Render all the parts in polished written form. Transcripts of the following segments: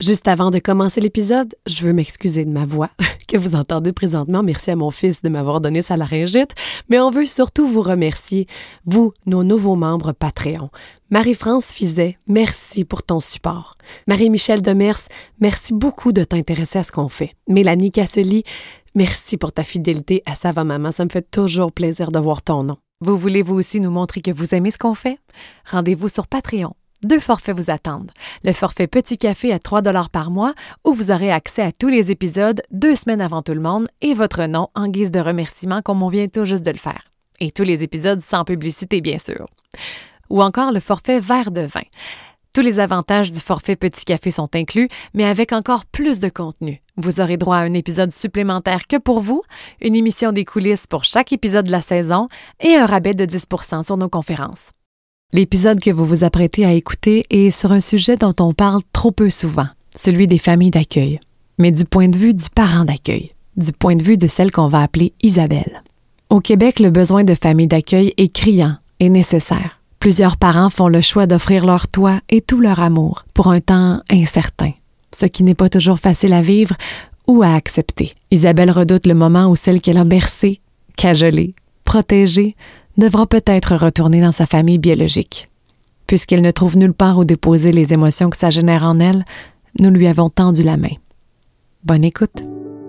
Juste avant de commencer l'épisode, je veux m'excuser de ma voix que vous entendez présentement. Merci à mon fils de m'avoir donné sa laryngite, mais on veut surtout vous remercier, vous, nos nouveaux membres Patreon. Marie-France Fizet, merci pour ton support. Marie-Michel Demers, merci beaucoup de t'intéresser à ce qu'on fait. Mélanie Cassely, merci pour ta fidélité à Ça va maman, ça me fait toujours plaisir de voir ton nom. Vous voulez vous aussi nous montrer que vous aimez ce qu'on fait? Rendez-vous sur Patreon. 2 forfaits vous attendent. Le forfait Petit Café à 3 $ par mois, où vous aurez accès à tous les épisodes 2 semaines avant tout le monde et votre nom en guise de remerciement comme on vient tout juste de le faire. Et tous les épisodes sans publicité, bien sûr. Ou encore le forfait Verre de vin. Tous les avantages du forfait Petit Café sont inclus, mais avec encore plus de contenu. Vous aurez droit à un épisode supplémentaire que pour vous, une émission des coulisses pour chaque épisode de la saison et un rabais de 10% sur nos conférences. L'épisode que vous vous apprêtez à écouter est sur un sujet dont on parle trop peu souvent, celui des familles d'accueil, mais du point de vue du parent d'accueil, du point de vue de celle qu'on va appeler Isabelle. Au Québec, le besoin de familles d'accueil est criant et nécessaire. Plusieurs parents font le choix d'offrir leur toit et tout leur amour pour un temps incertain, ce qui n'est pas toujours facile à vivre ou à accepter. Isabelle redoute le moment où celle qu'elle a bercée, cajolée, protégée, devra peut-être retourner dans sa famille biologique. Puisqu'elle ne trouve nulle part où déposer les émotions que ça génère en elle, nous lui avons tendu la main. Bonne écoute.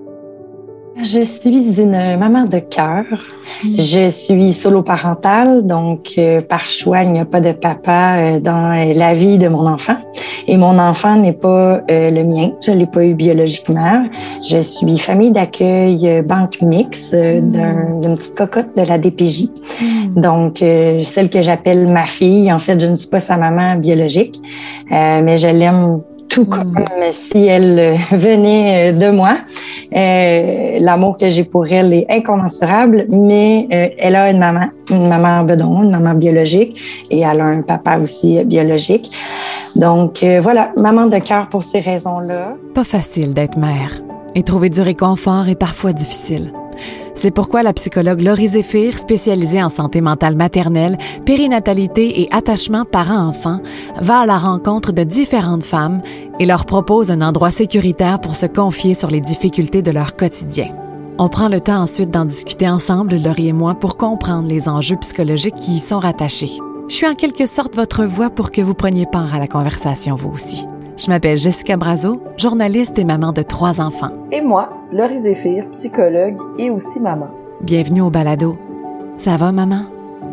Je suis une maman de cœur. Je suis solo-parentale, donc par choix, il n'y a pas de papa dans la vie de mon enfant. Et mon enfant n'est pas le mien, je ne l'ai pas eu biologiquement. Je suis famille d'accueil banque mixte d'une petite cocotte de la DPJ. Donc, celle que j'appelle ma fille, en fait, je ne suis pas sa maman biologique, mais je l'aime tout comme si elle venait de moi. L'amour que j'ai pour elle est incommensurable, mais elle a une maman bedon, une maman biologique, et elle a un papa aussi biologique. Donc voilà, maman de cœur pour ces raisons-là. Pas facile d'être mère, et trouver du réconfort est parfois difficile. C'est pourquoi la psychologue Laurie Zéphir, spécialisée en santé mentale maternelle, périnatalité et attachement parent-enfant, va à la rencontre de différentes femmes et leur propose un endroit sécuritaire pour se confier sur les difficultés de leur quotidien. On prend le temps ensuite d'en discuter ensemble, Laurie et moi, pour comprendre les enjeux psychologiques qui y sont rattachés. Je suis en quelque sorte votre voix pour que vous preniez part à la conversation, vous aussi. Je m'appelle Jessica Brazo, journaliste et maman de 3 enfants. Et moi, Laurie Zéphir, psychologue et aussi maman. Bienvenue au balado. Ça va, maman?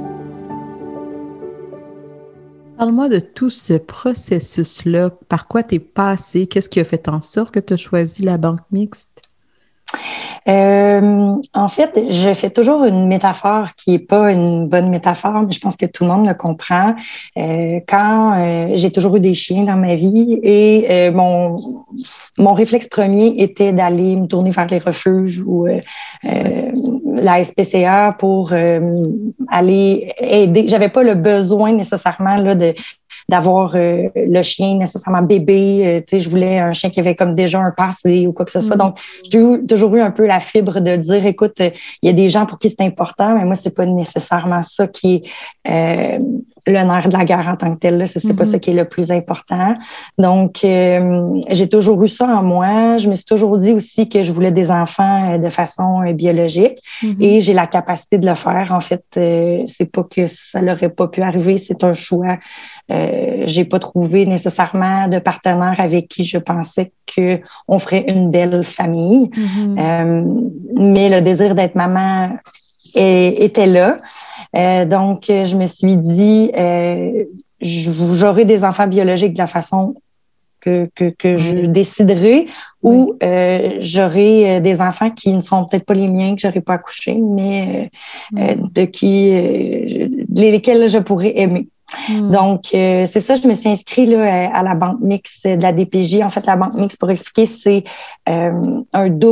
Parle-moi de tout ce processus-là. Par quoi t'es passée? Qu'est-ce qui a fait en sorte que tu as choisi la banque mixte? En fait, je fais toujours une métaphore qui est pas une bonne métaphore, mais je pense que tout le monde le comprend. Quand j'ai toujours eu des chiens dans ma vie et mon réflexe premier était d'aller me tourner vers les refuges ou la SPCA pour aller aider. J'avais pas le besoin nécessairement là d'avoir le chien nécessairement bébé. Tu sais, je voulais un chien qui avait comme déjà un passé ou quoi que ce soit. Donc, j'ai toujours eu un peu la fibre de dire, écoute, il y a des gens pour qui c'est important, mais moi, c'est pas nécessairement ça qui est le nerf de la guerre en tant que tel. Là. C'est pas ça qui est le plus important. Donc, j'ai toujours eu ça en moi. Je me suis toujours dit aussi que je voulais des enfants de façon biologique et j'ai la capacité de le faire. En fait, c'est pas que ça n'aurait pas pu arriver, c'est un choix. J'ai pas trouvé nécessairement de partenaire avec qui je pensais qu'on ferait une belle famille. Mais le désir d'être maman était là. Donc, je me suis dit, j'aurai des enfants biologiques de la façon que je déciderai ou j'aurai des enfants qui ne sont peut-être pas les miens, que j'aurai pas accouché, mais lesquels je pourrais aimer. Donc, c'est ça, je me suis inscrite là, à la banque mixte de la DPJ. En fait, la banque mixte, pour expliquer, c'est une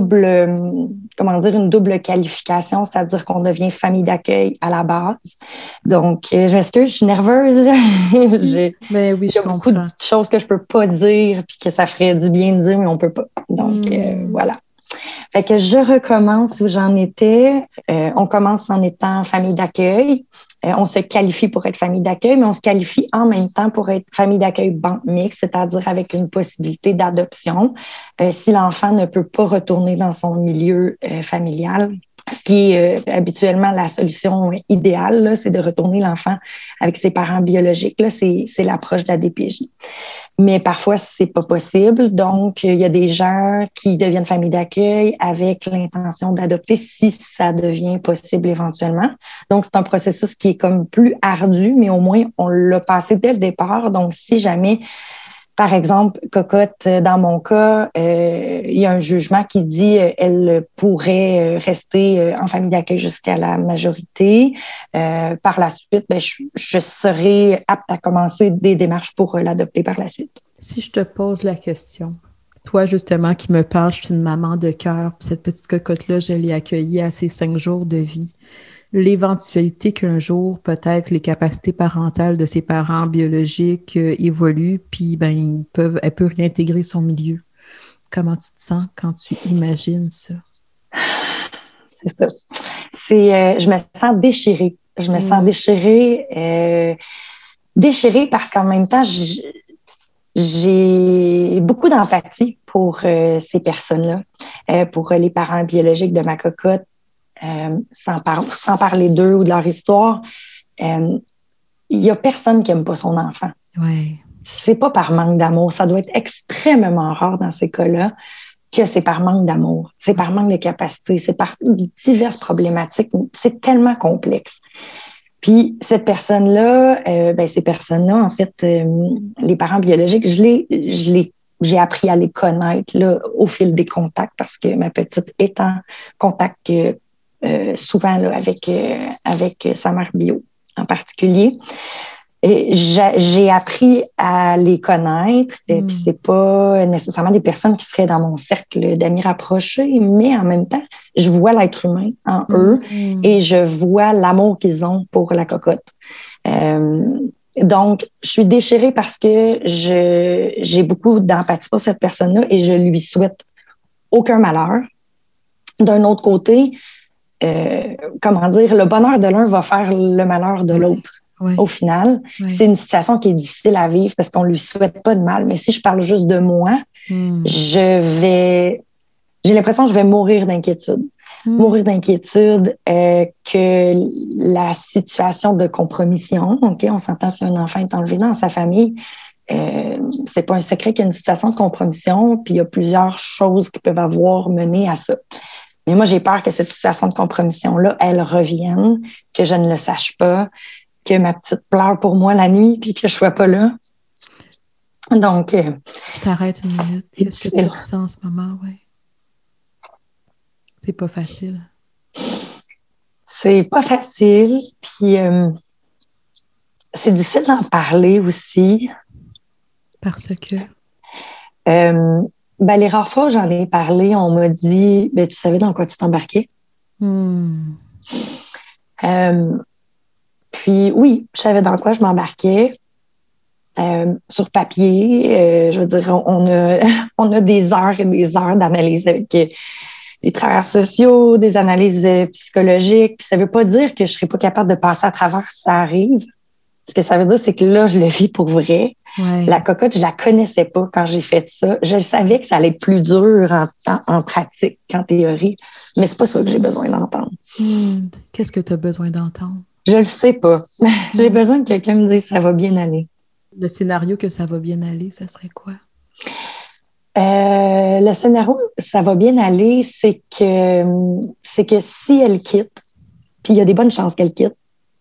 double qualification, c'est-à-dire qu'on devient famille d'accueil à la base. Donc, je m'excuse, je suis nerveuse. J'ai beaucoup de choses que je peux pas dire puis que ça ferait du bien de dire, mais on peut pas. Donc, voilà. Fait que je recommence où j'en étais. On commence en étant famille d'accueil. On se qualifie pour être famille d'accueil, mais on se qualifie en même temps pour être famille d'accueil banque mixte, c'est-à-dire avec une possibilité d'adoption si l'enfant ne peut pas retourner dans son milieu familial. Ce qui est habituellement la solution idéale, là, c'est de retourner l'enfant avec ses parents biologiques. Là, c'est l'approche de la DPJ. Mais parfois, c'est pas possible. Donc, il y a des gens qui deviennent famille d'accueil avec l'intention d'adopter si ça devient possible éventuellement. Donc, c'est un processus qui est comme plus ardu, mais au moins, on l'a passé dès le départ. Donc, si jamais, par exemple, Cocotte, dans mon cas, il y a un jugement qui dit elle pourrait rester en famille d'accueil jusqu'à la majorité. Par la suite, ben, je serai apte à commencer des démarches pour l'adopter par la suite. Si je te pose la question, toi justement qui me parles, je suis une maman de cœur, puis cette petite cocotte-là, je l'ai accueillie à ses 5 jours de vie. L'éventualité qu'un jour, peut-être, les capacités parentales de ses parents biologiques évoluent, puis ben, elle peut réintégrer son milieu. Comment tu te sens quand tu imagines ça? C'est ça. Je me sens déchirée. Je me sens déchirée parce qu'en même temps, j'ai beaucoup d'empathie pour ces personnes-là, pour les parents biologiques de ma cocotte. Sans parler d'eux ou de leur histoire, il y a personne qui aime pas son enfant. Ouais. C'est pas par manque d'amour. Ça doit être extrêmement rare dans ces cas-là que c'est par manque d'amour. C'est par manque de capacité. C'est par diverses problématiques. C'est tellement complexe. Puis cette personne-là, ces personnes-là, en fait, les parents biologiques, j'ai appris à les connaître là, au fil des contacts parce que ma petite est en contact souvent là, avec sa mère bio en particulier. Et j'ai appris à les connaître, puis c'est pas nécessairement des personnes qui seraient dans mon cercle d'amis rapprochés, mais en même temps, je vois l'être humain en eux et je vois l'amour qu'ils ont pour la cocotte. Donc, je suis déchirée parce que j'ai beaucoup d'empathie pour cette personne-là et je lui souhaite aucun malheur. D'un autre côté, le bonheur de l'un va faire le malheur de l'autre. Oui. Au final, c'est une situation qui est difficile à vivre parce qu'on lui souhaite pas de mal. Mais si je parle juste de moi, j'ai l'impression que je vais mourir d'inquiétude. Mourir d'inquiétude que la situation de compromission, OK, on s'entend si un enfant est enlevé dans sa famille, c'est pas un secret qu'il y a une situation de compromission, puis il y a plusieurs choses qui peuvent avoir mené à ça. Mais moi, j'ai peur que cette situation de compromission-là, elle revienne, que je ne le sache pas, que ma petite pleure pour moi la nuit, puis que je sois pas là. Donc... je t'arrête une minute. Qu'est-ce que tu ressens en ce moment? Ouais. C'est pas facile. C'est pas facile, puis c'est difficile d'en parler aussi. Parce que? Les rares fois où j'en ai parlé, on m'a dit, tu savais dans quoi tu t'embarquais? Puis oui, je savais dans quoi je m'embarquais. Sur papier, je veux dire, on a des heures et des heures d'analyse avec des travailleurs sociaux, des analyses psychologiques. Puis ça veut pas dire que je serais pas capable de passer à travers si ça arrive. Ce que ça veut dire, c'est que là, je le vis pour vrai. Ouais. La cocotte, je la connaissais pas quand j'ai fait ça. Je savais que ça allait être plus dur en pratique qu'en théorie, mais c'est pas ça que j'ai besoin d'entendre. Qu'est-ce que tu as besoin d'entendre? Je le sais pas. J'ai besoin que quelqu'un me dise ça va bien aller. Le scénario que ça va bien aller, ça serait quoi? Le scénario, ça va bien aller, c'est que si elle quitte, puis il y a des bonnes chances qu'elle quitte,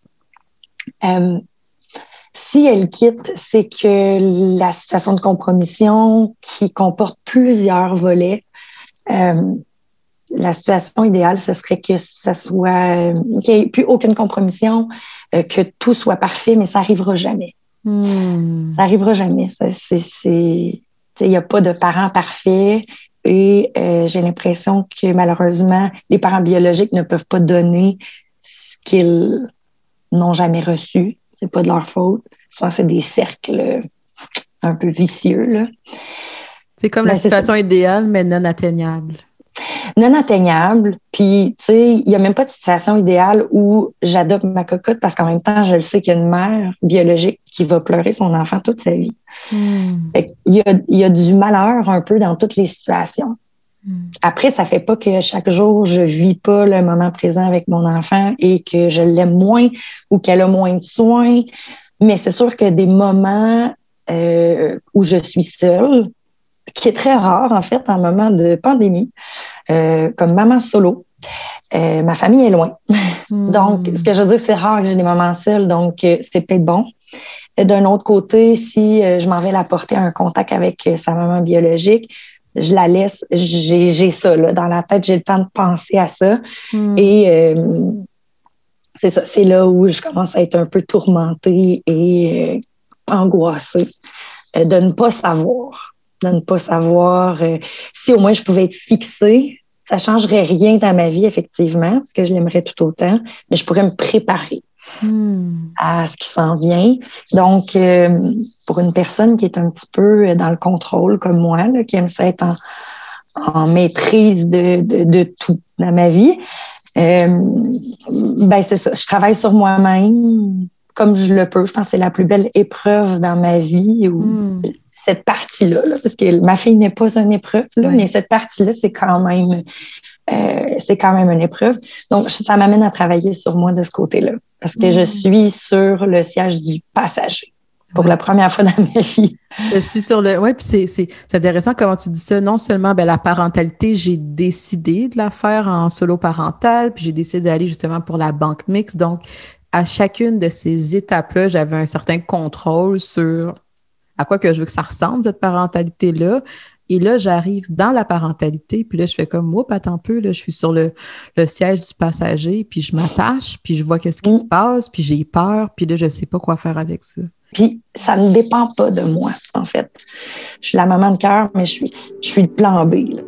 si elle quitte, c'est que la situation de compromission qui comporte plusieurs volets, la situation idéale, ce serait que ça soit qu'il n'y ait plus aucune compromission, que tout soit parfait, mais ça n'arrivera jamais. Ça n'arrivera jamais. Il n'y a pas de parents parfaits et j'ai l'impression que malheureusement, les parents biologiques ne peuvent pas donner ce qu'ils n'ont jamais reçu. C'est pas de leur faute. Souvent, c'est des cercles un peu vicieux, là. C'est comme la situation idéale, mais non atteignable. non atteignable. Puis, tu sais, il n'y a même pas de situation idéale où j'adopte ma cocotte parce qu'en même temps, je le sais qu'il y a une mère biologique qui va pleurer son enfant toute sa vie. Fait qu'il y a du malheur un peu dans toutes les situations. Après, ça fait pas que chaque jour, je vis pas le moment présent avec mon enfant et que je l'aime moins ou qu'elle a moins de soins. Mais c'est sûr que des moments où je suis seule, qui est très rare, en fait, en moment de pandémie, comme maman solo. Ma famille est loin. Donc, ce que je veux dire, c'est rare que j'ai des moments seuls, donc c'est peut-être bon. D'un autre côté, si je m'en vais la porter en contact avec sa maman biologique, je la laisse, j'ai ça là, dans la tête, j'ai le temps de penser à ça. Et c'est ça, c'est là où je commence à être un peu tourmentée et angoissée de ne pas savoir. Si au moins je pouvais être fixée, ça ne changerait rien dans ma vie, effectivement, parce que je l'aimerais tout autant, mais je pourrais me préparer à ce qui s'en vient. Donc, pour une personne qui est un petit peu dans le contrôle comme moi, là, qui aime ça être en maîtrise de tout dans ma vie, ben c'est ça. Je travaille sur moi-même comme je le peux. Je pense que c'est la plus belle épreuve dans ma vie où cette partie-là, là, parce que ma fille n'est pas une épreuve, là, mais cette partie-là, c'est quand même une épreuve. Donc, ça m'amène à travailler sur moi de ce côté-là, parce que je suis sur le siège du passager pour la première fois dans ma vie. Je suis sur le... Oui, puis c'est intéressant comment tu dis ça. Non seulement la parentalité, j'ai décidé de la faire en solo parental, puis j'ai décidé d'aller justement pour la banque mixte. Donc, à chacune de ces étapes-là, j'avais un certain contrôle sur à quoi que je veux que ça ressemble, cette parentalité-là. Et là, j'arrive dans la parentalité, puis là, je fais comme, oups, attends un peu, là, je suis sur le siège du passager, puis je m'attache, puis je vois qu'est-ce qui se passe, puis j'ai peur, puis là, je sais pas quoi faire avec ça. Puis, ça ne dépend pas de moi, en fait. Je suis la maman de cœur, mais je suis le plan B, là.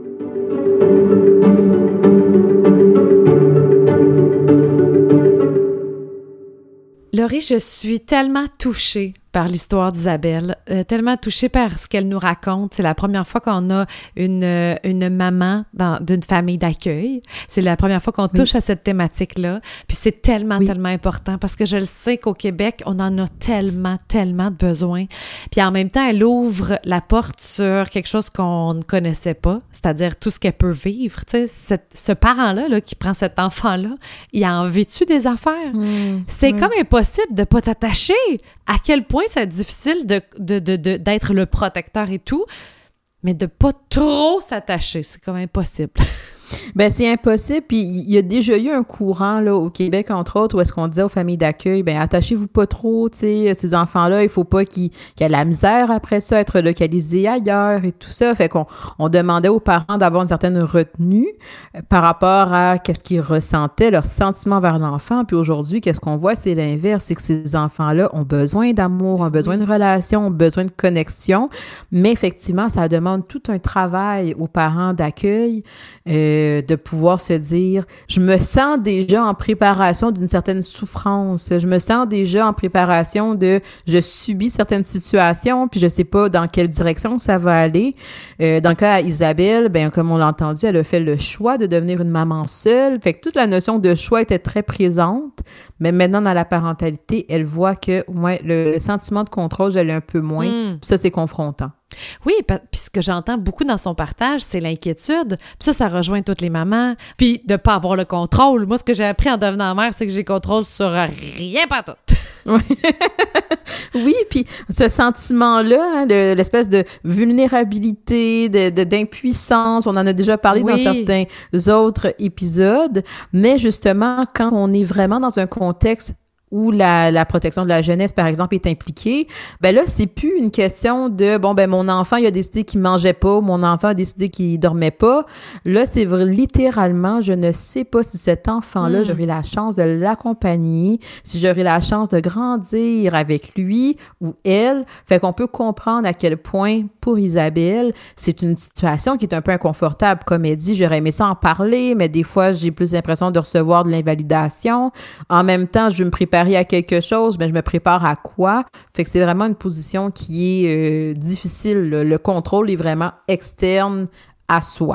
Laurie, je suis tellement touchée par l'histoire d'Isabelle, tellement touchée par ce qu'elle nous raconte. C'est la première fois qu'on a une maman d'une famille d'accueil. C'est la première fois qu'on touche à cette thématique-là. Puis c'est tellement important parce que je le sais qu'au Québec, on en a tellement de besoins. Puis en même temps, elle ouvre la porte sur quelque chose qu'on ne connaissait pas, c'est-à-dire tout ce qu'elle peut vivre. Tu sais, ce parent-là là, qui prend cet enfant-là, il a envie-tu des affaires? C'est comme impossible de ne pas t'attacher. À quel point c'est difficile d'être le protecteur et tout, mais de pas trop s'attacher, c'est comme impossible. Ben c'est impossible, puis il y a déjà eu un courant là au Québec entre autres où est-ce qu'on disait aux familles d'accueil, ben attachez-vous pas trop, tu sais, ces enfants-là, il faut pas qu'ils aient la misère après ça, être localisés ailleurs et tout ça, fait qu'on demandait aux parents d'avoir une certaine retenue par rapport à qu'est-ce qu'ils ressentaient, leurs sentiments vers l'enfant, puis aujourd'hui, qu'est-ce qu'on voit, c'est l'inverse, c'est que ces enfants-là ont besoin d'amour, ont besoin de relations, ont besoin de connexion, mais effectivement, ça demande tout un travail aux parents d'accueil, de pouvoir se dire, je me sens déjà en préparation d'une certaine souffrance, je me sens déjà en préparation je subis certaines situations, puis je sais pas dans quelle direction ça va aller. Dans le cas d'Isabelle, ben comme on l'a entendu, elle a fait le choix de devenir une maman seule, fait que toute la notion de choix était très présente, mais maintenant dans la parentalité, elle voit que le sentiment de contrôle, je l'ai un peu moins, puis ça c'est confrontant. Oui, puis ce que j'entends beaucoup dans son partage, c'est l'inquiétude. Puis ça rejoint toutes les mamans. Puis de pas avoir le contrôle. Moi, ce que j'ai appris en devenant mère, c'est que j'ai contrôle sur rien pas tout. Oui, puis ce sentiment-là, hein, l'espèce de vulnérabilité, d'impuissance, on en a déjà parlé dans certains autres épisodes, mais justement, quand on est vraiment dans un contexte où la protection de la jeunesse, par exemple, est impliquée, ben là, c'est plus une question de, bon, ben mon enfant, il a décidé qu'il mangeait pas, mon enfant a décidé qu'il dormait pas. Là, c'est littéralement, je ne sais pas si cet enfant-là, j'aurai la chance de l'accompagner, si j'aurai la chance de grandir avec lui ou elle. Fait qu'on peut comprendre à quel point, pour Isabelle, c'est une situation qui est un peu inconfortable. Comme elle dit, j'aurais aimé ça en parler, mais des fois, j'ai plus l'impression de recevoir de l'invalidation. En même temps, je veux me préparer à quelque chose, mais je me prépare à quoi? Fait que c'est vraiment une position qui est difficile. Le contrôle est vraiment externe à soi.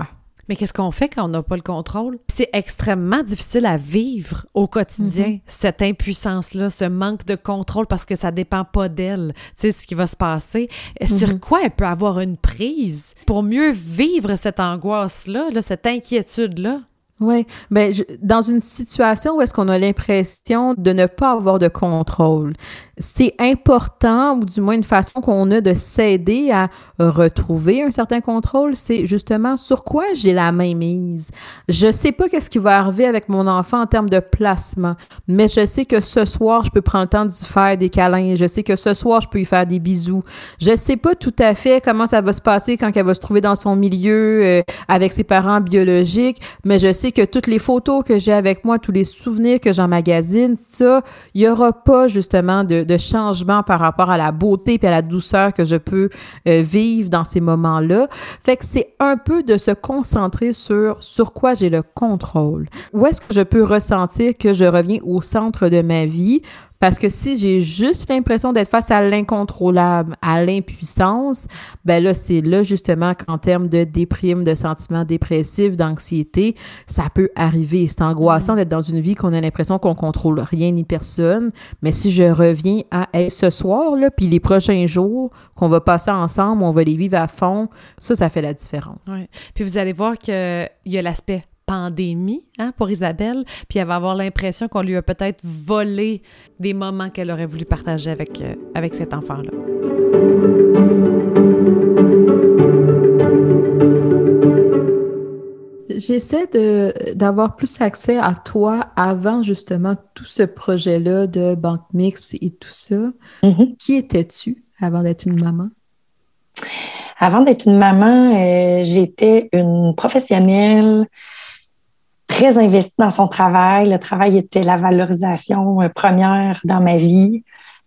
Mais qu'est-ce qu'on fait quand on n'a pas le contrôle? C'est extrêmement difficile à vivre au quotidien, cette impuissance-là, ce manque de contrôle parce que ça dépend pas d'elle, tu sais, ce qui va se passer. Sur quoi elle peut avoir une prise pour mieux vivre cette angoisse-là, là, cette inquiétude-là? Oui, bien, dans une situation où est-ce qu'on a l'impression de ne pas avoir de contrôle, c'est important, ou du moins une façon qu'on a de s'aider à retrouver un certain contrôle, c'est justement sur quoi j'ai la main mise. Je sais pas qu'est-ce qui va arriver avec mon enfant en termes de placement, mais je sais que ce soir, je peux prendre le temps d'y faire des câlins, je sais que ce soir, je peux lui faire des bisous. Je sais pas tout à fait comment ça va se passer quand elle va se trouver dans son milieu avec ses parents biologiques, mais je sais que toutes les photos que j'ai avec moi, tous les souvenirs que j'emmagasine, ça, il y aura pas justement de changement par rapport à la beauté puis à la douceur que je peux vivre dans ces moments-là. Fait que c'est un peu de se concentrer sur quoi j'ai le contrôle. Où est-ce que je peux ressentir que je reviens au centre de ma vie? Parce que si j'ai juste l'impression d'être face à l'incontrôlable, à l'impuissance, ben là, c'est là justement qu'en termes de déprime, de sentiments dépressifs, d'anxiété, ça peut arriver. C'est angoissant d'être dans une vie qu'on a l'impression qu'on contrôle rien ni personne. Mais si je reviens à ce soir, là, puis les prochains jours qu'on va passer ensemble, on va les vivre à fond, ça fait la différence. Oui. Puis vous allez voir qu'il y a l'aspect pandémie, pour Isabelle, puis elle va avoir l'impression qu'on lui a peut-être volé des moments qu'elle aurait voulu partager avec cet enfant-là. J'essaie d'avoir plus accès à toi avant justement tout ce projet-là de banque mixte et tout ça. Qui étais-tu avant d'être une maman? Avant d'être une maman, j'étais une professionnelle très investie dans son travail. Le travail était la valorisation première dans ma vie.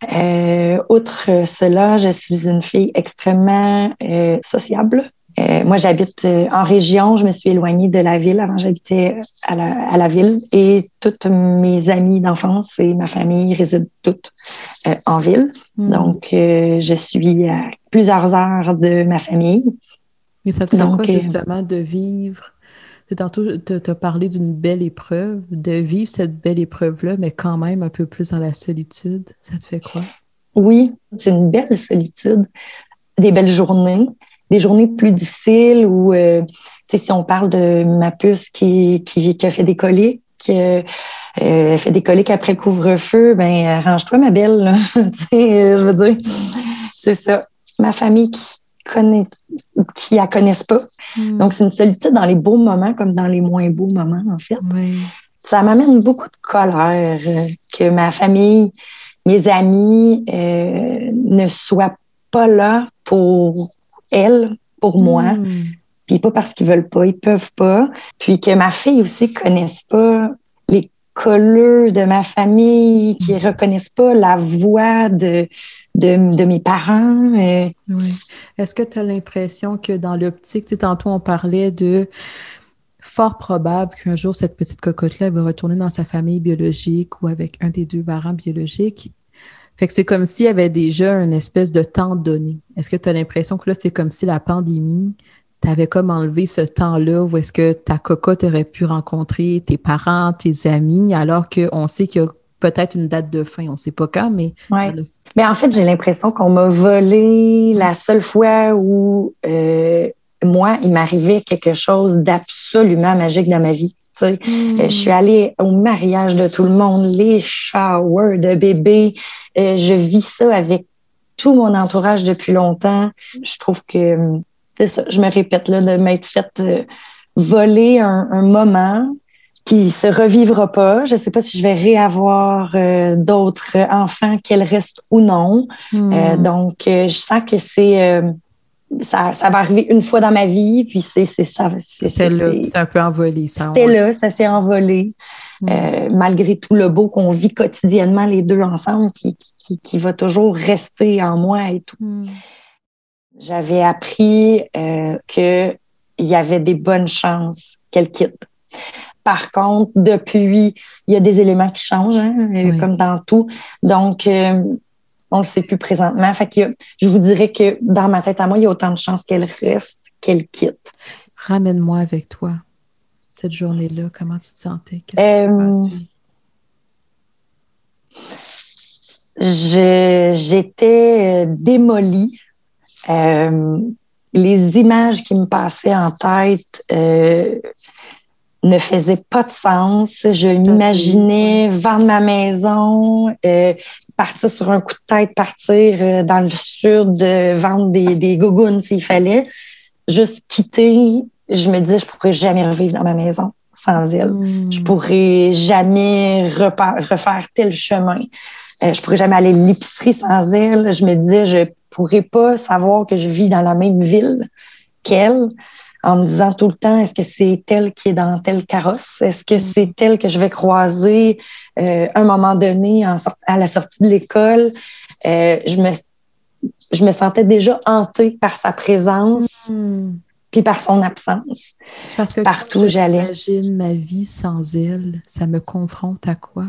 Outre cela, je suis une fille extrêmement sociable. Moi, j'habite en région. Je me suis éloignée de la ville. Avant, j'habitais à la ville et toutes mes amies d'enfance et ma famille résident toutes en ville. Donc, je suis à plusieurs heures de ma famille. Et ça te fait quoi, justement, de vivre? Tantôt, tu as parlé d'une belle épreuve, de vivre cette belle épreuve-là, mais quand même un peu plus dans la solitude. Ça te fait quoi? Oui, c'est une belle solitude. Des belles journées, des journées plus difficiles où, si on parle de ma puce qui a fait des coliques, elle fait des coliques après le couvre-feu, ben arrange-toi, ma belle. Je veux dire, c'est ça. Ma famille qui la connaissent pas. Donc, c'est une solitude dans les beaux moments comme dans les moins beaux moments, en fait. Oui. Ça m'amène beaucoup de colère que ma famille, mes amis ne soient pas là pour elle, pour moi. Puis pas parce qu'ils veulent pas, ils peuvent pas. Puis que ma fille aussi connaisse pas les colleux de ma famille, qui reconnaissent pas la voix de mes parents. Oui. Est-ce que tu as l'impression que dans l'optique, tu sais, tantôt on parlait de fort probable qu'un jour cette petite cocotte-là va retourner dans sa famille biologique ou avec un des deux parents biologiques. Fait que c'est comme s'il y avait déjà une espèce de temps donné. Est-ce que tu as l'impression que là, c'est comme si la pandémie t'avais comme enlevé ce temps-là où est-ce que ta cocotte aurait pu rencontrer tes parents, tes amis, alors qu'on sait qu'il y a peut-être une date de fin, on ne sait pas quand, mais... Ouais. Mais en fait, j'ai l'impression qu'on m'a volé la seule fois où, moi, il m'arrivait quelque chose d'absolument magique dans ma vie. Je suis allée au mariage de tout le monde, les showers de bébés. Je vis ça avec tout mon entourage depuis longtemps. Je trouve que, c'est ça, je me répète, là, de m'être fait voler un moment qui se revivra pas. Je sais pas si je vais réavoir d'autres enfants, qu'elles restent ou non. Donc, je sens que ça va arriver une fois dans ma vie, puis c'est ça. C'est un peu envolé. Ça s'est envolé. Malgré tout le beau qu'on vit quotidiennement les deux ensemble, qui va toujours rester en moi et tout. J'avais appris qu'il y avait des bonnes chances qu'elle quitte. Par contre, depuis, il y a des éléments qui changent, comme dans tout. Donc, on ne le sait plus présentement. Fait que je vous dirais que dans ma tête à moi, il y a autant de chances qu'elle reste qu'elle quitte. Ramène-moi avec toi. Cette journée-là, comment tu te sentais? Qu'est-ce qui s'est passé? J'étais démolie. Les images qui me passaient en tête ne faisaient pas de sens. Je m'imaginais vendre ma maison, partir sur un coup de tête, partir dans le sud, vendre des gougounes s'il fallait. Juste quitter, je me disais, je pourrais jamais revivre dans ma maison sans elle. Je pourrais jamais refaire tel chemin. Je pourrais jamais aller à l'épicerie sans elle. Je me disais, je pourrais pas savoir que je vis dans la même ville qu'elle, en me disant tout le temps, est-ce que c'est elle qui est dans tel carrosse? Est-ce que c'est elle que je vais croiser à un moment donné à la sortie de l'école? Je me sentais déjà hantée par sa présence puis par son absence. Parce que partout où j'allais. J'imagine ma vie sans elle, ça me confronte à quoi?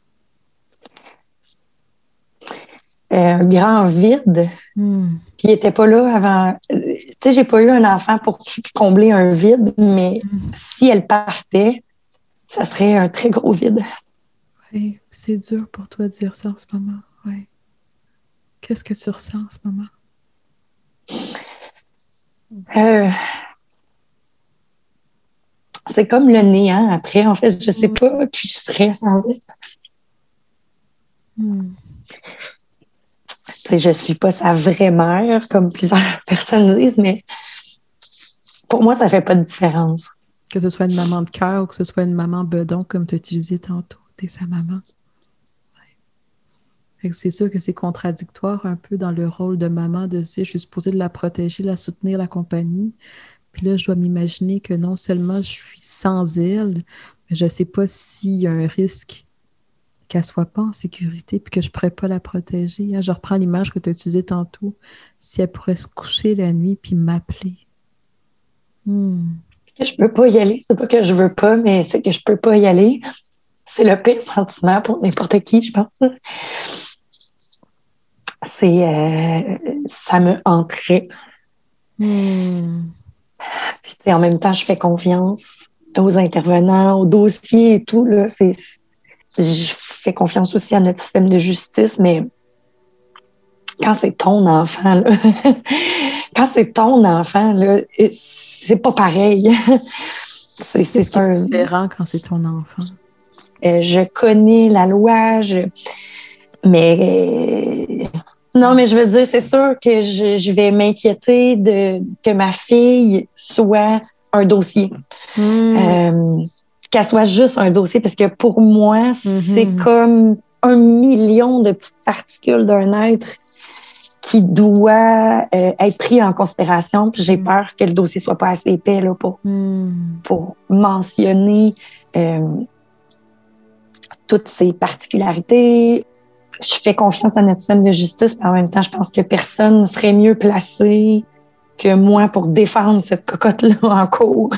Un grand vide. Puis il n'était pas là avant. Tu sais, j'ai pas eu un enfant pour combler un vide, mais si elle partait, ça serait un très gros vide. Oui, c'est dur pour toi de dire ça en ce moment. Oui. Qu'est-ce que tu ressens en ce moment? C'est comme le néant après. En fait, je sais pas qui je serais sans elle. Tu sais, je suis pas sa vraie mère, comme plusieurs personnes disent, mais pour moi, ça fait pas de différence. Que ce soit une maman de cœur ou que ce soit une maman bedon, comme tu utilisais tantôt, t'es sa maman. Ouais. C'est sûr que c'est contradictoire un peu dans le rôle de maman de se dire, je suis supposée de la protéger, la soutenir, l'accompagner. Puis là, je dois m'imaginer que non seulement je suis sans elle, mais je ne sais pas s'il y a un risque qu'elle ne soit pas en sécurité puis que je ne pourrais pas la protéger. Je reprends l'image que tu as utilisée tantôt. Si elle pourrait se coucher la nuit puis m'appeler. Que je peux pas y aller. C'est pas que je veux pas, mais c'est que je peux pas y aller. C'est le pire sentiment pour n'importe qui, je pense. Ça me hanterait. Puis, en même temps, je fais confiance aux intervenants, aux dossiers et tout. Là, je fais confiance aussi à notre système de justice, mais quand c'est ton enfant, là, c'est pas pareil. Qu'est-ce qui est différent quand c'est ton enfant? Je connais la loi, mais non, mais je veux dire, c'est sûr que je vais m'inquiéter que ma fille soit un dossier. Qu'elle soit juste un dossier, parce que pour moi, c'est comme 1 million de petites particules d'un être qui doit être pris en considération. Puis j'ai peur que le dossier soit pas assez épais là, pour mentionner toutes ces particularités. Je fais confiance à notre système de justice, mais en même temps, je pense que personne ne serait mieux placé que moi pour défendre cette cocotte-là en cours.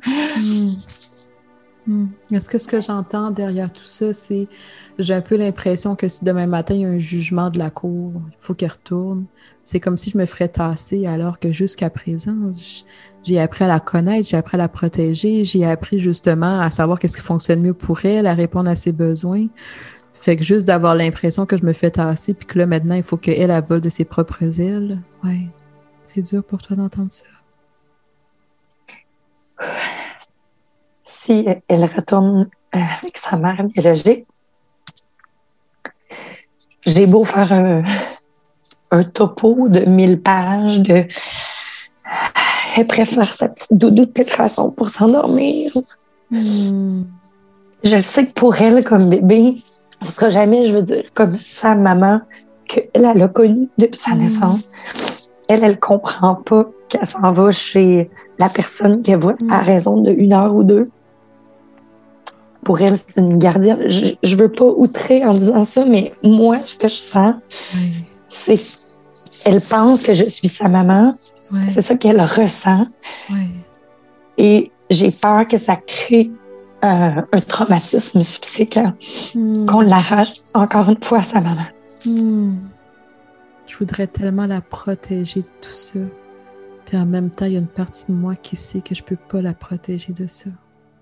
Est-ce que ce que j'entends derrière tout ça, c'est j'ai un peu l'impression que si demain matin, il y a un jugement de la cour, il faut qu'elle retourne. C'est comme si je me ferais tasser alors que jusqu'à présent, j'ai appris à la connaître, j'ai appris à la protéger, j'ai appris justement à savoir qu'est-ce qui fonctionne mieux pour elle, à répondre à ses besoins. Fait que juste d'avoir l'impression que je me fais tasser puis que là, maintenant, il faut qu'elle vole de ses propres ailes. Ouais, c'est dur pour toi d'entendre ça. Si elle retourne avec sa mère biologique, j'ai beau faire un topo de 1000 pages elle préfère sa petite doudou de telle façon pour s'endormir. Je le sais que pour elle, comme bébé, ce sera jamais, je veux dire, comme sa maman qu'elle a connue depuis sa naissance. Elle comprend pas qu'elle s'en va chez la personne qu'elle voit à raison de 1 heure ou 2. Pour elle, c'est une gardienne. Je veux pas outrer en disant ça, mais moi, ce que je sens, c'est qu'elle pense que je suis sa maman. C'est ça qu'elle ressent. Et j'ai peur que ça crée un traumatisme subséquent, qu'on l'arrache encore une fois à sa maman. Je voudrais tellement la protéger de tout ça. Puis en même temps, il y a une partie de moi qui sait que je peux pas la protéger de ça.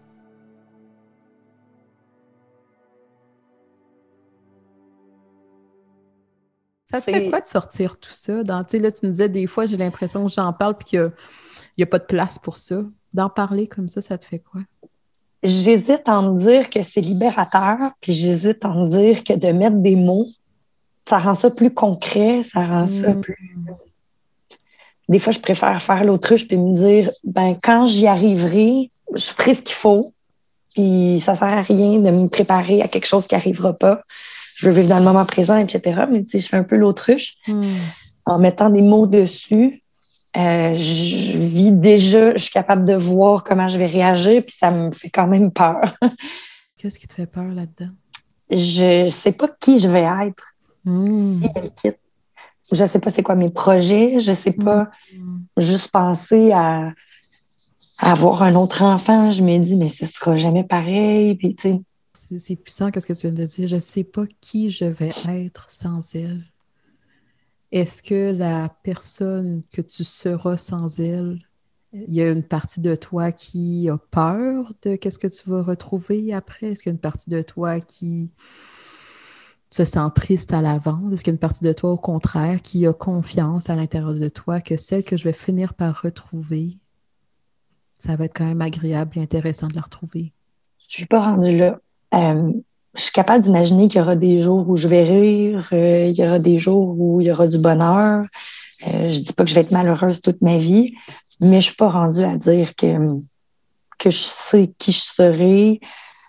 Ça te fait quoi de sortir tout ça? Tu sais, là, tu me disais, des fois, j'ai l'impression que j'en parle puis qu'il y a pas de place pour ça. D'en parler comme ça te fait quoi? J'hésite à me dire que c'est libérateur, puis j'hésite à me dire que de mettre des mots, ça rend ça plus concret, ça rend ça plus... Des fois, je préfère faire l'autruche puis me dire, ben quand j'y arriverai, je ferai ce qu'il faut, puis ça sert à rien de me préparer à quelque chose qui n'arrivera pas. Je veux vivre dans le moment présent, etc. Mais tu sais, je fais un peu l'autruche. En mettant des mots dessus, je vis déjà, je suis capable de voir comment je vais réagir, puis ça me fait quand même peur. Qu'est-ce qui te fait peur là-dedans? Je sais pas qui je vais être si elle quitte. Je sais pas c'est quoi mes projets, je sais pas juste penser à avoir un autre enfant. Je me dis, mais ce sera jamais pareil, puis tu sais. C'est puissant, qu'est-ce que tu viens de dire. Je ne sais pas qui je vais être sans elle. Est-ce que la personne que tu seras sans elle, il y a une partie de toi qui a peur de qu'est-ce que tu vas retrouver après? Est-ce qu'il y a une partie de toi qui se sent triste à l'avance? Est-ce qu'il y a une partie de toi, au contraire, qui a confiance à l'intérieur de toi que celle que je vais finir par retrouver, ça va être quand même agréable et intéressant de la retrouver? Je suis pas rendue là. Je suis capable d'imaginer qu'il y aura des jours où je vais rire, il y aura des jours où il y aura du bonheur. Je dis pas que je vais être malheureuse toute ma vie, mais je suis pas rendue à dire que je sais qui je serai,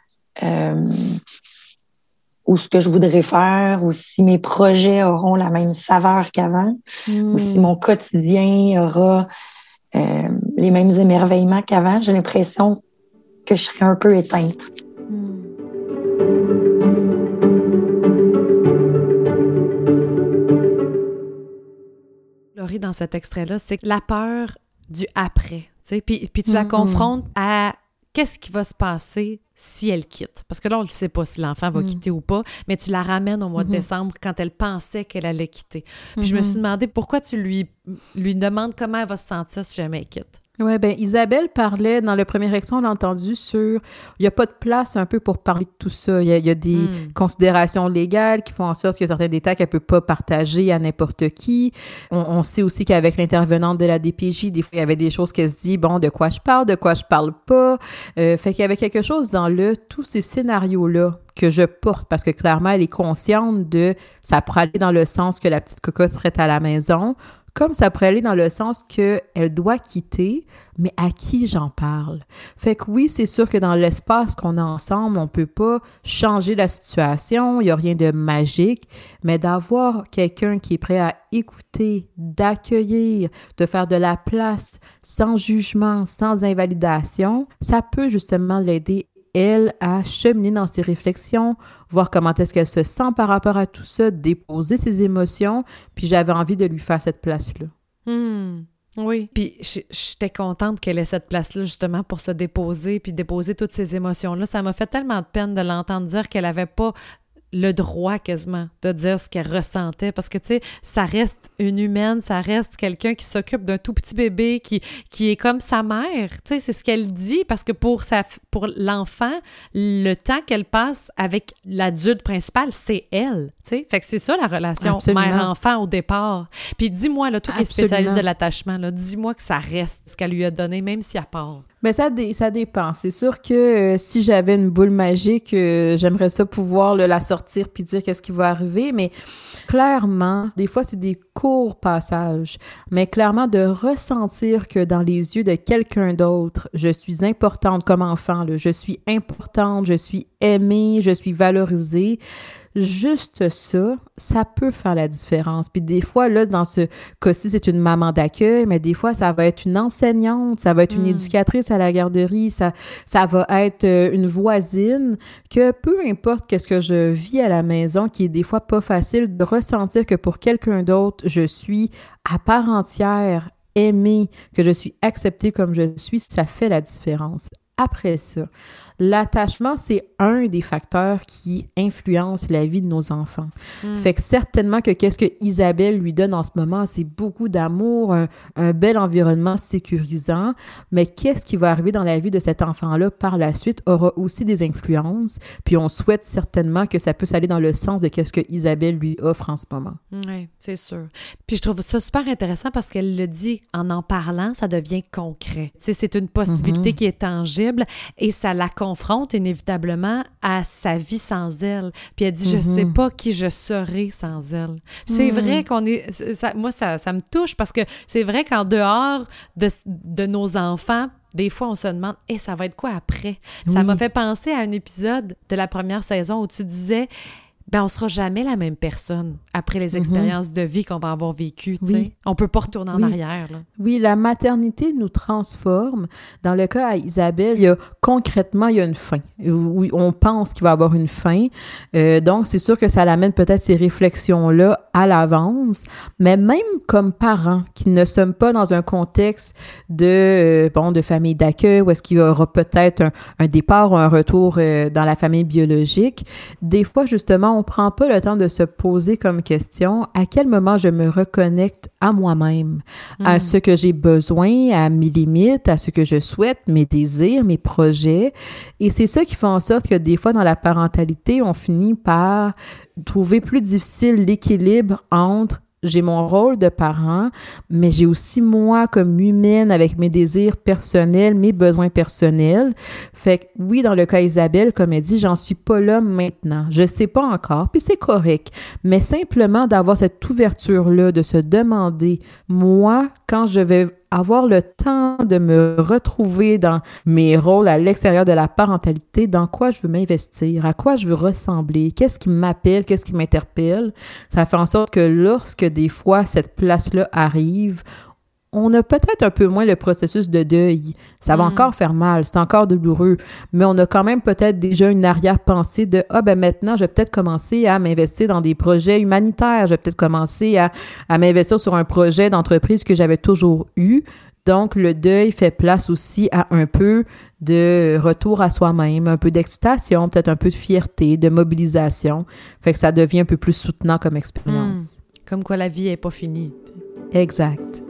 ou ce que je voudrais faire, ou si mes projets auront la même saveur qu'avant, ou si mon quotidien aura les mêmes émerveillements qu'avant. J'ai l'impression que je serais un peu éteinte. Laurie, dans cet extrait-là, c'est la peur du après, tu sais, puis tu la confrontes à qu'est-ce qui va se passer si elle quitte. Parce que là, on ne sait pas si l'enfant va quitter ou pas, mais tu la ramènes au mois de décembre quand elle pensait qu'elle allait quitter. Puis je me suis demandé pourquoi tu lui demandes comment elle va se sentir si jamais elle quitte. Oui, bien, Isabelle parlait, dans le premier extrait, on l'a entendu sur, il n'y a pas de place un peu pour parler de tout ça. Il y a des considérations légales qui font en sorte qu'il y a certains détails qu'elle ne peut pas partager à n'importe qui. On sait aussi qu'avec l'intervenante de la DPJ, des fois, il y avait des choses qu'elle se dit, bon, de quoi je parle pas. Fait qu'il y avait quelque chose dans tous ces scénarios-là que je porte, parce que clairement, elle est consciente de, ça pourrait aller dans le sens que la petite cocotte serait à la maison, comme ça pourrait aller dans le sens qu'elle doit quitter, mais à qui j'en parle? Fait que oui, c'est sûr que dans l'espace qu'on a ensemble, on peut pas changer la situation, il n'y a rien de magique, mais d'avoir quelqu'un qui est prêt à écouter, d'accueillir, de faire de la place sans jugement, sans invalidation, ça peut justement l'aider elle, à cheminer dans ses réflexions, voir comment est-ce qu'elle se sent par rapport à tout ça, déposer ses émotions, puis j'avais envie de lui faire cette place-là. Oui, puis j'étais contente qu'elle ait cette place-là justement pour se déposer, puis déposer toutes ces émotions-là. Ça m'a fait tellement de peine de l'entendre dire qu'elle avait pas le droit quasiment de dire ce qu'elle ressentait, parce que tu sais, ça reste une humaine, ça reste quelqu'un qui s'occupe d'un tout petit bébé qui est comme sa mère, tu sais, c'est ce qu'elle dit, parce que pour l'enfant, le temps qu'elle passe avec l'adulte principal, c'est elle, tu sais, fait que c'est ça la relation mère-enfant au départ. Puis dis-moi, là, toi qui es spécialiste de l'attachement, là, dis-moi que ça reste ce qu'elle lui a donné, même si elle part. Mais ça dépend. C'est sûr que si j'avais une boule magique, j'aimerais ça pouvoir la sortir puis dire qu'est-ce qui va arriver. Mais clairement, des fois, c'est des courts passages. Mais clairement, de ressentir que dans les yeux de quelqu'un d'autre, je suis importante comme enfant, là, je suis importante, je suis aimée, je suis valorisée. Juste ça peut faire la différence. Puis des fois, là, dans ce cas-ci, c'est une maman d'accueil, mais des fois, ça va être une enseignante, ça va être une éducatrice à la garderie, ça va être une voisine, que peu importe qu'est-ce que je vis à la maison, qui est des fois pas facile, de ressentir que pour quelqu'un d'autre, je suis à part entière aimée, que je suis acceptée comme je suis, ça fait la différence. après ça. L'attachement, c'est un des facteurs qui influence la vie de nos enfants. Fait que certainement que qu'est-ce que Isabelle lui donne en ce moment, c'est beaucoup d'amour, un bel environnement sécurisant, mais qu'est-ce qui va arriver dans la vie de cet enfant-là par la suite aura aussi des influences, puis on souhaite certainement que ça puisse aller dans le sens de qu'est-ce que Isabelle lui offre en ce moment. Oui, c'est sûr. Puis je trouve ça super intéressant parce qu'elle le dit, en parlant, ça devient concret. Tu sais, c'est une possibilité qui est tangible et ça la confronte inévitablement à sa vie sans elle. Puis elle dit, je sais pas qui je serai sans elle. Puis c'est vrai qu'on est... moi, ça me touche parce que c'est vrai qu'en dehors de nos enfants, des fois, on se demande, ça va être quoi après? Ça m'a fait penser à un épisode de la première saison où tu disais, on ne sera jamais la même personne après les expériences de vie qu'on va avoir vécues. Oui. On ne peut pas retourner en arrière. Là. Oui, la maternité nous transforme. Dans le cas à Isabelle, concrètement, il y a une fin. Oui, on pense qu'il va y avoir une fin. Donc, c'est sûr que ça l'amène peut-être ces réflexions-là à l'avance. Mais même comme parents qui ne sommes pas dans un contexte de famille d'accueil où est-ce qu'il y aura peut-être un départ ou un retour dans la famille biologique, des fois, justement, on ne prend pas le temps de se poser comme question à quel moment je me reconnecte à moi-même, à ce que j'ai besoin, à mes limites, à ce que je souhaite, mes désirs, mes projets. Et c'est ça qui fait en sorte que des fois, dans la parentalité, on finit par trouver plus difficile l'équilibre entre j'ai mon rôle de parent, mais j'ai aussi moi comme humaine avec mes désirs personnels, mes besoins personnels. Fait que oui, dans le cas Isabelle, comme elle dit, j'en suis pas là maintenant. Je sais pas encore, puis c'est correct. Mais simplement d'avoir cette ouverture-là, de se demander, moi, quand je vais avoir le temps de me retrouver dans mes rôles à l'extérieur de la parentalité, dans quoi je veux m'investir, à quoi je veux ressembler, qu'est-ce qui m'appelle, qu'est-ce qui m'interpelle. Ça fait en sorte que lorsque des fois cette place-là arrive, on a peut-être un peu moins le processus de deuil. Ça va encore faire mal, c'est encore douloureux, mais on a quand même peut-être déjà une arrière-pensée de « maintenant, je vais peut-être commencer à m'investir dans des projets humanitaires, je vais peut-être commencer à m'investir sur un projet d'entreprise que j'avais toujours eu. » Donc, le deuil fait place aussi à un peu de retour à soi-même, un peu d'excitation, peut-être un peu de fierté, de mobilisation. Fait que ça devient un peu plus soutenant comme expérience. Comme quoi la vie n'est pas finie. Exact.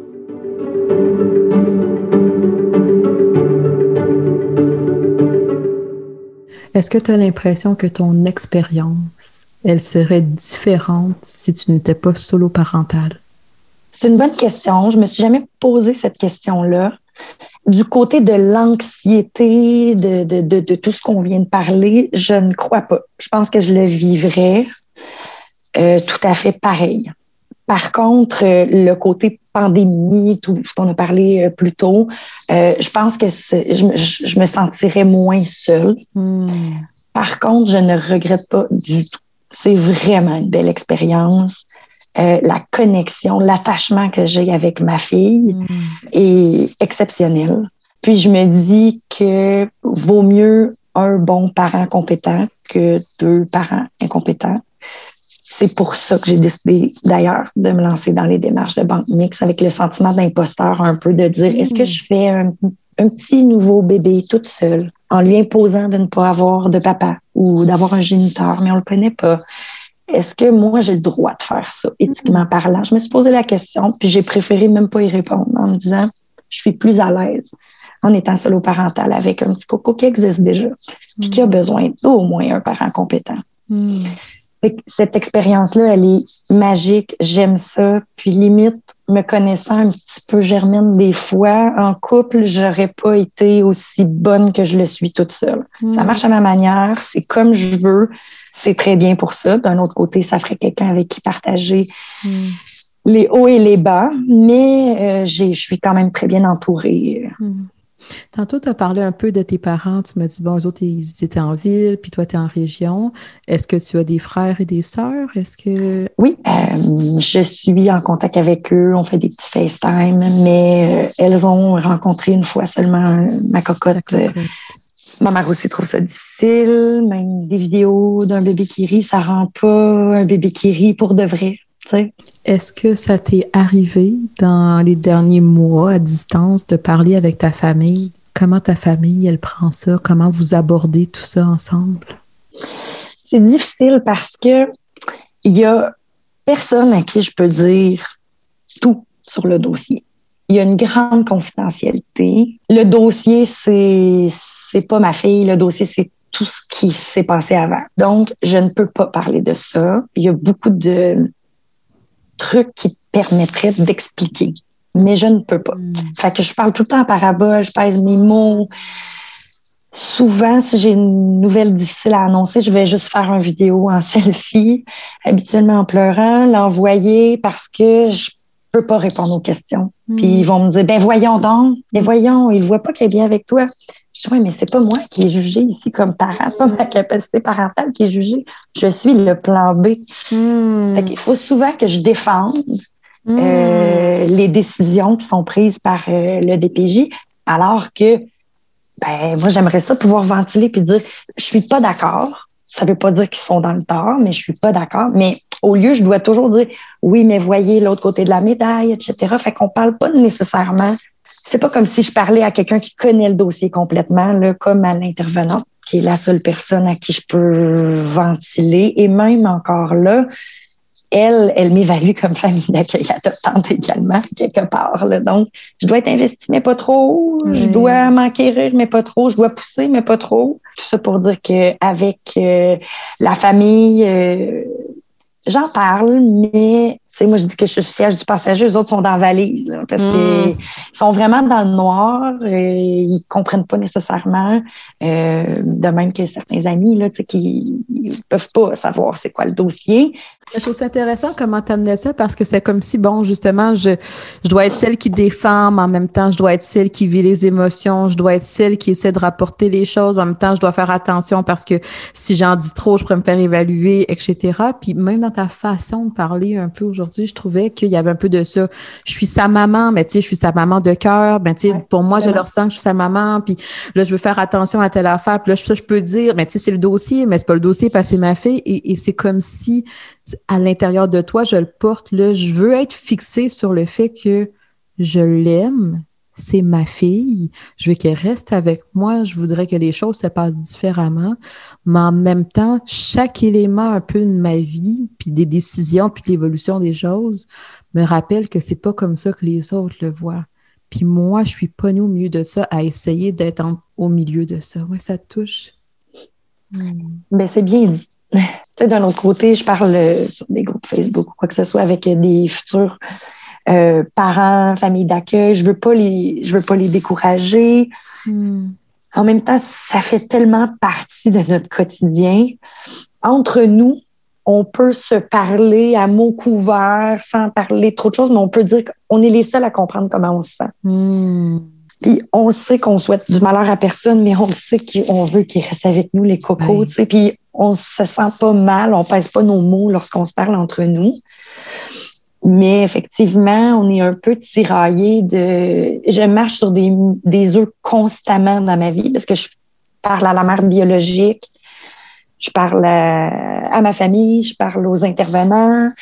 Est-ce que tu as l'impression que ton expérience, elle serait différente si tu n'étais pas solo-parentale? C'est une bonne question. Je me suis jamais posé cette question-là. Du côté de l'anxiété, de tout ce qu'on vient de parler, je ne crois pas. Je pense que je le vivrais tout à fait pareil. Par contre, le côté pandémie, tout ce qu'on a parlé plus tôt, je pense que je me sentirais moins seule. Par contre, je ne regrette pas du tout. C'est vraiment une belle expérience. La connexion, l'attachement que j'ai avec ma fille est exceptionnel. Puis je me dis que vaut mieux un bon parent compétent que 2 parents incompétents. C'est pour ça que j'ai décidé, d'ailleurs, de me lancer dans les démarches de banque mixte avec le sentiment d'imposteur un peu, de dire, est-ce que je fais un petit nouveau bébé toute seule en lui imposant de ne pas avoir de papa ou d'avoir un géniteur, mais on le connaît pas. Est-ce que moi, j'ai le droit de faire ça, éthiquement parlant? Je me suis posé la question, puis j'ai préféré même pas y répondre en me disant, je suis plus à l'aise en étant solo-parentale avec un petit coco qui existe déjà, puis qui a besoin d'au moins un parent compétent. Cette expérience-là, elle est magique, j'aime ça, puis limite, me connaissant un petit peu Germaine des fois, en couple, j'aurais pas été aussi bonne que je le suis toute seule. Ça marche à ma manière, c'est comme je veux, c'est très bien pour ça. D'un autre côté, ça ferait quelqu'un avec qui partager les hauts et les bas, mais je suis quand même très bien entourée. Tantôt, tu as parlé un peu de tes parents. Tu m'as dit, eux autres, ils étaient en ville, puis toi, tu es en région. Est-ce que tu as des frères et des sœurs? Oui, je suis en contact avec eux. On fait des petits FaceTime, mais elles ont rencontré une fois seulement ma cocotte. Ma mère aussi trouve ça difficile. Même des vidéos d'un bébé qui rit, ça rend pas un bébé qui rit pour de vrai. T'sais. Est-ce que ça t'est arrivé dans les derniers mois à distance de parler avec ta famille Comment ta famille, elle prend ça? Comment vous abordez tout ça ensemble? C'est difficile parce que il y a personne à qui je peux dire tout sur le dossier. Il y a une grande confidentialité. Le dossier, c'est pas ma fille. Le dossier, c'est tout ce qui s'est passé avant. Donc, je ne peux pas parler de ça. Il y a beaucoup de trucs qui permettraient d'expliquer, mais je ne peux pas. Fait que je parle tout le temps en parabole, je pèse mes mots. Souvent, si j'ai une nouvelle difficile à annoncer, je vais juste faire une vidéo en selfie, habituellement en pleurant, l'envoyer parce que je peux pas répondre aux questions. Puis ils vont me dire, ben voyons donc, mais voyons, ils voient pas qu'elle est bien avec toi. Je dis, oui, mais c'est pas moi qui est jugée ici comme parent, c'est pas ma capacité parentale qui est jugée. Je suis le plan B. Fait qu'il faut souvent que je défende les décisions qui sont prises par le DPJ, alors que ben moi, j'aimerais ça pouvoir ventiler puis dire, je suis pas d'accord. Ça veut pas dire qu'ils sont dans le tort, mais je suis pas d'accord. Mais au lieu, je dois toujours dire, oui, mais voyez l'autre côté de la médaille, etc. Fait qu'on parle pas nécessairement. C'est pas comme si je parlais à quelqu'un qui connaît le dossier complètement, là, comme à l'intervenante, qui est la seule personne à qui je peux ventiler. Et même encore là, elle m'évalue comme famille d'accueil adoptante également, quelque part. Là. Donc, je dois être investie, mais pas trop. Je dois m'enquérir, mais pas trop. Je dois pousser, mais pas trop. Tout ça pour dire qu'avec la famille, j'en parle, mais tu sais, moi, je dis que je suis siège du passager, eux autres sont dans la valise, là, parce qu'ils sont vraiment dans le noir, ils comprennent pas nécessairement, de même que certains amis, là, tu sais, qui ils peuvent pas savoir c'est quoi le dossier. Je trouve ça intéressant comment tu amenais ça parce que c'est comme si, bon, justement, je dois être celle qui défend, mais en même temps, je dois être celle qui vit les émotions, je dois être celle qui essaie de rapporter les choses, mais en même temps, je dois faire attention parce que si j'en dis trop, je pourrais me faire évaluer, etc. Puis même dans ta façon de parler un peu aujourd'hui, je trouvais qu'il y avait un peu de ça. Je suis sa maman, mais tu sais, je suis sa maman de cœur. Ben, tu sais, pour moi, je le ressens que je suis sa maman, puis là, je veux faire attention à telle affaire. Puis là, ça, je peux dire, mais tu sais, c'est le dossier, mais c'est pas le dossier parce que c'est ma fille. Et c'est comme si à l'intérieur de toi, je le porte, là, je veux être fixée sur le fait que je l'aime, c'est ma fille, je veux qu'elle reste avec moi, je voudrais que les choses se passent différemment, mais en même temps, chaque élément un peu de ma vie, puis des décisions, puis de l'évolution des choses, me rappelle que c'est pas comme ça que les autres le voient. Puis moi, je suis pas née au milieu de ça à essayer d'être au milieu de ça. Ouais, ça te touche. Ben, c'est bien dit. Tu sais, d'un autre côté, je parle sur des groupes Facebook ou quoi que ce soit avec des futurs parents, familles d'accueil. Je veux pas les décourager. En même temps, ça fait tellement partie de notre quotidien. Entre nous, on peut se parler à mots couverts sans parler trop de choses, mais on peut dire qu'on est les seuls à comprendre comment on se sent. Puis on sait qu'on souhaite du malheur à personne, mais on sait qu'on veut qu'ils restent avec nous, les cocos, tu sais. Puis on se sent pas mal, on pèse pas nos mots lorsqu'on se parle entre nous. Mais effectivement, on est un peu tiraillés je marche sur des œufs constamment dans ma vie parce que je parle à la mère biologique, je parle à ma famille, je parle aux intervenants.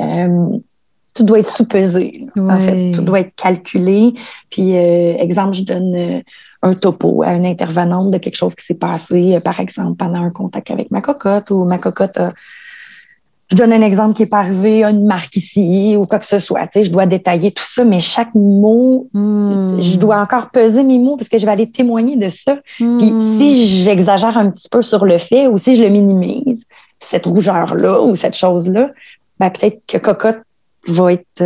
Tout doit être sous-pesé. En fait, tout doit être calculé. Puis, exemple, je donne un topo à une intervenante de quelque chose qui s'est passé, par exemple, pendant un contact avec ma cocotte ou ma cocotte a... Je donne un exemple qui est pas arrivé à une marque ici ou quoi que ce soit. Tu sais, je dois détailler tout ça, mais chaque mot, je dois encore peser mes mots parce que je vais aller témoigner de ça. Puis si j'exagère un petit peu sur le fait ou si je le minimise, cette rougeur-là ou cette chose-là, ben peut-être que cocotte va être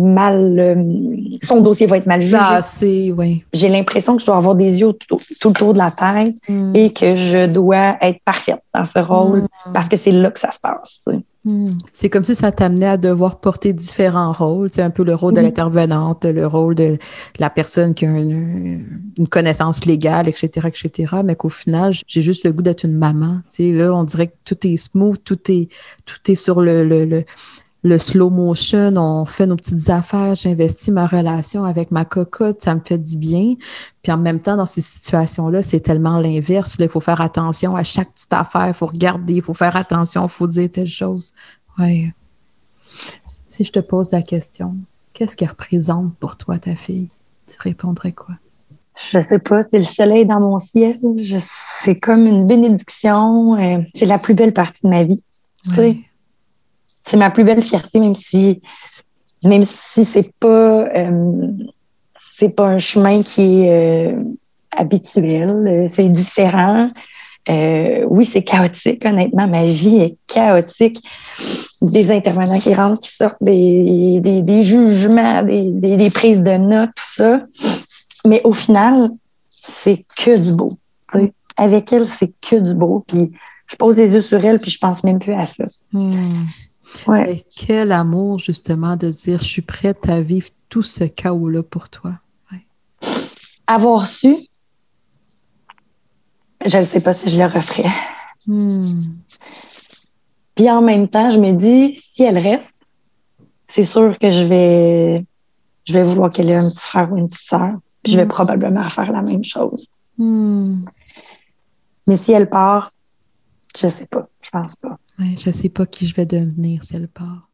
son dossier va être mal jugé. Oui. J'ai l'impression que je dois avoir des yeux tout le tour de la tête et que je dois être parfaite dans ce rôle parce que c'est là que ça se passe. Tu sais. C'est comme si ça t'amenait à devoir porter différents rôles, c'est un peu le rôle de l'intervenante, le rôle de la personne qui a une connaissance légale, etc., mais qu'au final, j'ai juste le goût d'être une maman. Tu sais, là, on dirait que tout est smooth, tout est sur le slow motion, on fait nos petites affaires, j'investis ma relation avec ma cocotte, ça me fait du bien. Puis en même temps, dans ces situations-là, c'est tellement l'inverse. Là, il faut faire attention à chaque petite affaire, il faut regarder, il faut faire attention, il faut dire telle chose. Oui. Si je te pose la question, qu'est-ce qu'elle représente pour toi, ta fille? Tu répondrais quoi? je sais pas, c'est le soleil dans mon ciel. C'est comme une bénédiction. C'est la plus belle partie de ma vie. Tu sais. C'est ma plus belle fierté, même si c'est pas un chemin qui est habituel. C'est différent. Oui, c'est chaotique, honnêtement. Ma vie est chaotique. Des intervenants qui rentrent, qui sortent, des jugements, des prises de notes, tout ça. Mais au final, c'est que du beau. T'sais. Avec elle, c'est que du beau. Puis je pose les yeux sur elle, puis je pense même plus à ça. Ouais. Et quel amour, justement, de dire je suis prête à vivre tout ce chaos-là pour toi. Ouais. Avoir su, je ne sais pas si je le referais. Puis en même temps, je me dis, si elle reste, c'est sûr que je vais vouloir qu'elle ait un petit frère ou une petite sœur. Puis je vais probablement faire la même chose. Mais si elle part, je sais pas. Je pense pas. Ouais, je sais pas qui je vais devenir si elle part.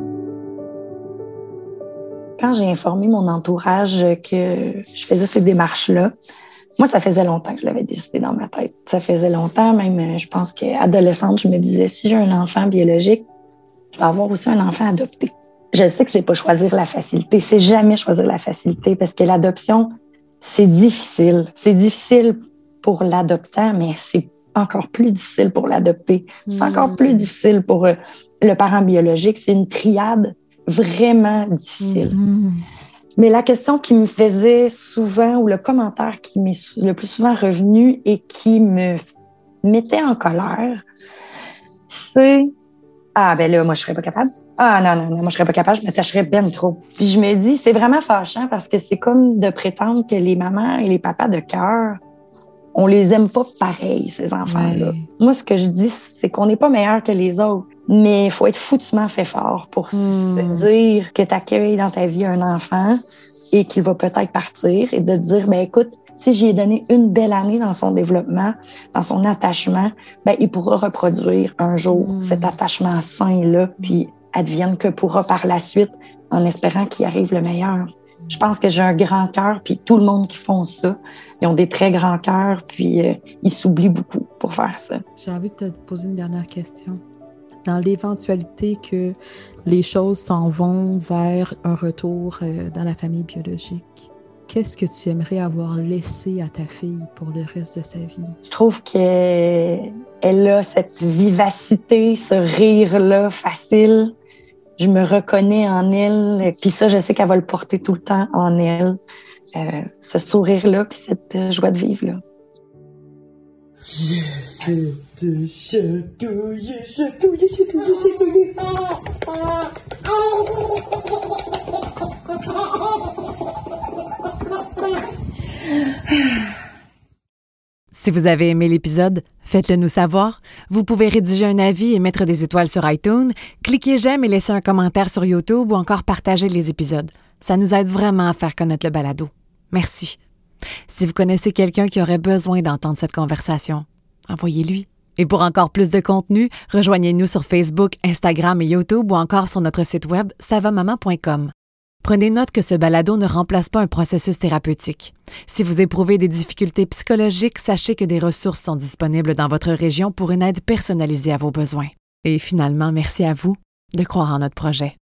Quand j'ai informé mon entourage que je faisais ces démarches-là, moi, ça faisait longtemps que je l'avais décidé dans ma tête. Ça faisait longtemps, même, je pense qu'adolescente, je me disais, si j'ai un enfant biologique, je vais avoir aussi un enfant adopté. Je sais que c'est pas choisir la facilité. C'est jamais choisir la facilité parce que l'adoption, c'est difficile. C'est difficile pour l'adoptant, mais c'est encore plus difficile pour l'adopter. C'est encore plus difficile pour le parent biologique. C'est une triade vraiment difficile. Mais la question qui me faisait souvent, ou le commentaire qui m'est le plus souvent revenu et qui me mettait en colère, c'est « Ah, ben là, moi, je serais pas capable. Ah, non, moi, je serais pas capable, je m'attacherais ben trop. » Puis je me dis, c'est vraiment fâchant parce que c'est comme de prétendre que les mamans et les papas de cœur, on les aime pas pareil, ces enfants-là. Ouais. Moi, ce que je dis, c'est qu'on n'est pas meilleur que les autres. Mais il faut être foutument fait fort pour se dire que tu accueilles dans ta vie un enfant et qu'il va peut-être partir et de te dire, ben écoute, si j'y ai donné une belle année dans son développement, dans son attachement, ben il pourra reproduire un jour cet attachement sain-là, puis advienne que pourra par la suite, en espérant qu'il arrive le meilleur. Je pense que j'ai un grand cœur, puis tout le monde qui font ça, ils ont des très grands cœurs, puis ils s'oublient beaucoup pour faire ça. J'ai envie de te poser une dernière question. Dans l'éventualité que les choses s'en vont vers un retour dans la famille biologique, qu'est-ce que tu aimerais avoir laissé à ta fille pour le reste de sa vie? Je trouve qu'elle a cette vivacité, ce rire-là facile. Je me reconnais en elle. Puis ça, je sais qu'elle va le porter tout le temps en elle. Ce sourire-là, puis cette joie de vivre-là. Si vous avez aimé l'épisode, faites-le nous savoir. Vous pouvez rédiger un avis et mettre des étoiles sur iTunes, cliquez j'aime et laisser un commentaire sur YouTube ou encore partager les épisodes. Ça nous aide vraiment à faire connaître le balado. Merci. Si vous connaissez quelqu'un qui aurait besoin d'entendre cette conversation, envoyez-lui. Et pour encore plus de contenu, rejoignez-nous sur Facebook, Instagram et YouTube ou encore sur notre site web savamaman.com. Prenez note que ce balado ne remplace pas un processus thérapeutique. Si vous éprouvez des difficultés psychologiques, sachez que des ressources sont disponibles dans votre région pour une aide personnalisée à vos besoins. Et finalement, merci à vous de croire en notre projet.